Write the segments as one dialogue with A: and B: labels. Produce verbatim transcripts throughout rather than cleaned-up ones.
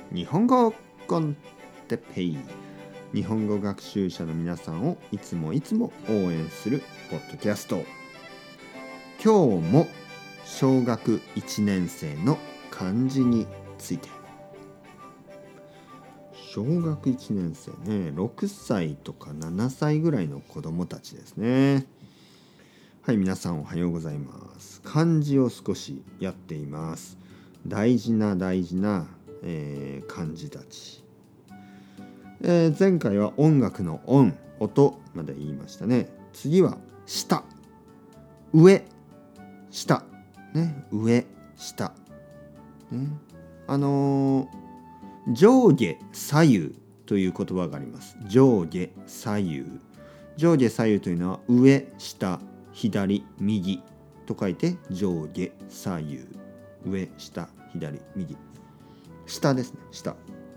A: 日本語コンテペイ。日本語学習者の皆さんをいつもいつも応援するポッドキャスト。今日も小学いちねん生の漢字について。小学いちねん生ね、ろくさいとかななさいぐらいの子どもたちですね。はい、皆さんおはようございます。漢字を少しやっています。大事な大事な、えー、漢字たち、えー、前回は音楽の音、音まで言いましたね。次は下、上、下、ね、上、下、ね、あのー上下左右という言葉があります。上下左右。上下左右というのは上、下、左、右と書いて上下左右。上、下、左、右。下ですね、下。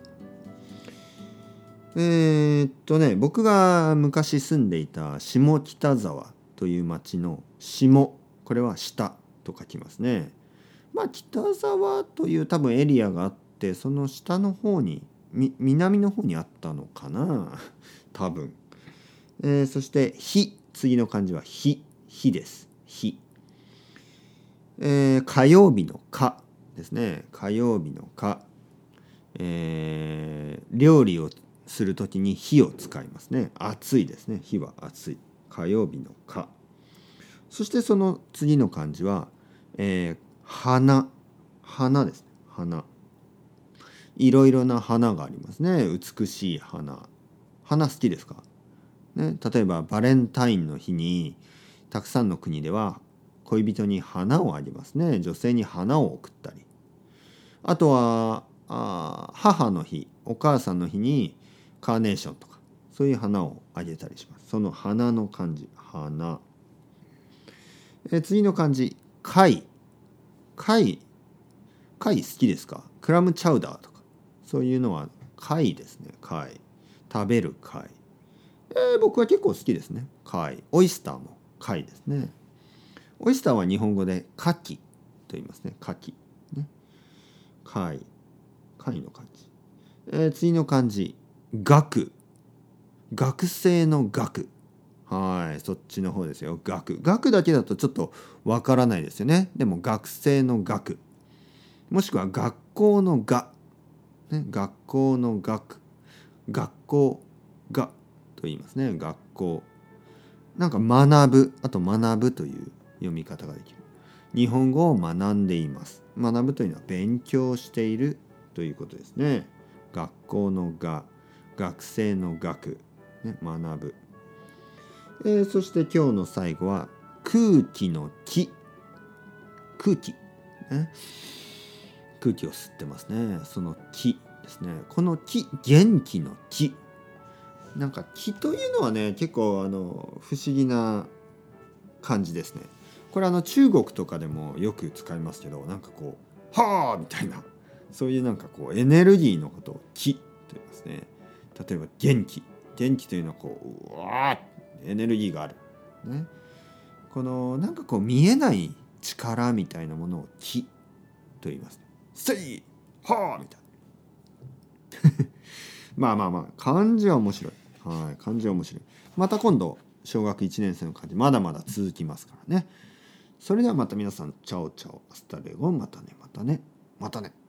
A: えー、っとね、僕が昔住んでいた下北沢という町の下、これは下と書きますね。まあ北沢という多分エリアがあって、その下の方にみ南の方にあったのかな多分、えー、そして日、次の漢字は日、日です。日、えー、火曜日の火ですね。火曜日の火、えー、料理をするときに火を使いますね。暑いですね。火は暑い。火曜日の火。そしてその次の漢字は、えー、花、花ですね。花、いろいろな花がありますね。美しい花。花好きですか、ね、例えばバレンタインの日にたくさんの国では恋人に花をあげますね。女性に花を贈ったり、あとはあ母の日、お母さんの日にカーネーションとかそういう花をあげたりします。その花の漢字、花。え次の漢字、貝。貝、貝好きですか？クラムチャウダーとかそういうのは貝ですね。貝、食べる貝、えー、僕は結構好きですね。貝、オイスターも貝ですね。オイスターは日本語で牡蠣と言いますね。牡蠣、ね、貝、貝の漢字、えー、次の漢字、学。学生の学、はい、そっちの方ですよ。学、学だけだとちょっとわからないですよね。でも学生の学、もしくは学校のが、ね、学校の学、学校がと言いますね。学校、なんか学ぶ、あと学ぶという読み方ができる。日本語を学んでいます。学ぶというのは勉強しているということですね。学校のが、学生の学、ね、学ぶ、えー、そして今日の最後は空気の気。空気、ね、空気を吸ってますね。その気ですね。この気、元気の気。なんか気というのはね、結構あの不思議な感じですね。これあの中国とかでもよく使いますけど、なんかこうはあみたいな、そういうなんかこうエネルギーのことを気と言いますね。例えば元気、元気というのはこう、うわーエネルギーがある、ね、このなんかこう見えない力みたいなものを気と言いますね。せいはあみたいなまあまあまあ漢字は面白い。はい、漢字は面白い。また今度小学いちねん生の漢字まだまだ続きますからね。それではまた皆さん、チャオチャオ、アスタレゴ、またねまたねまたね。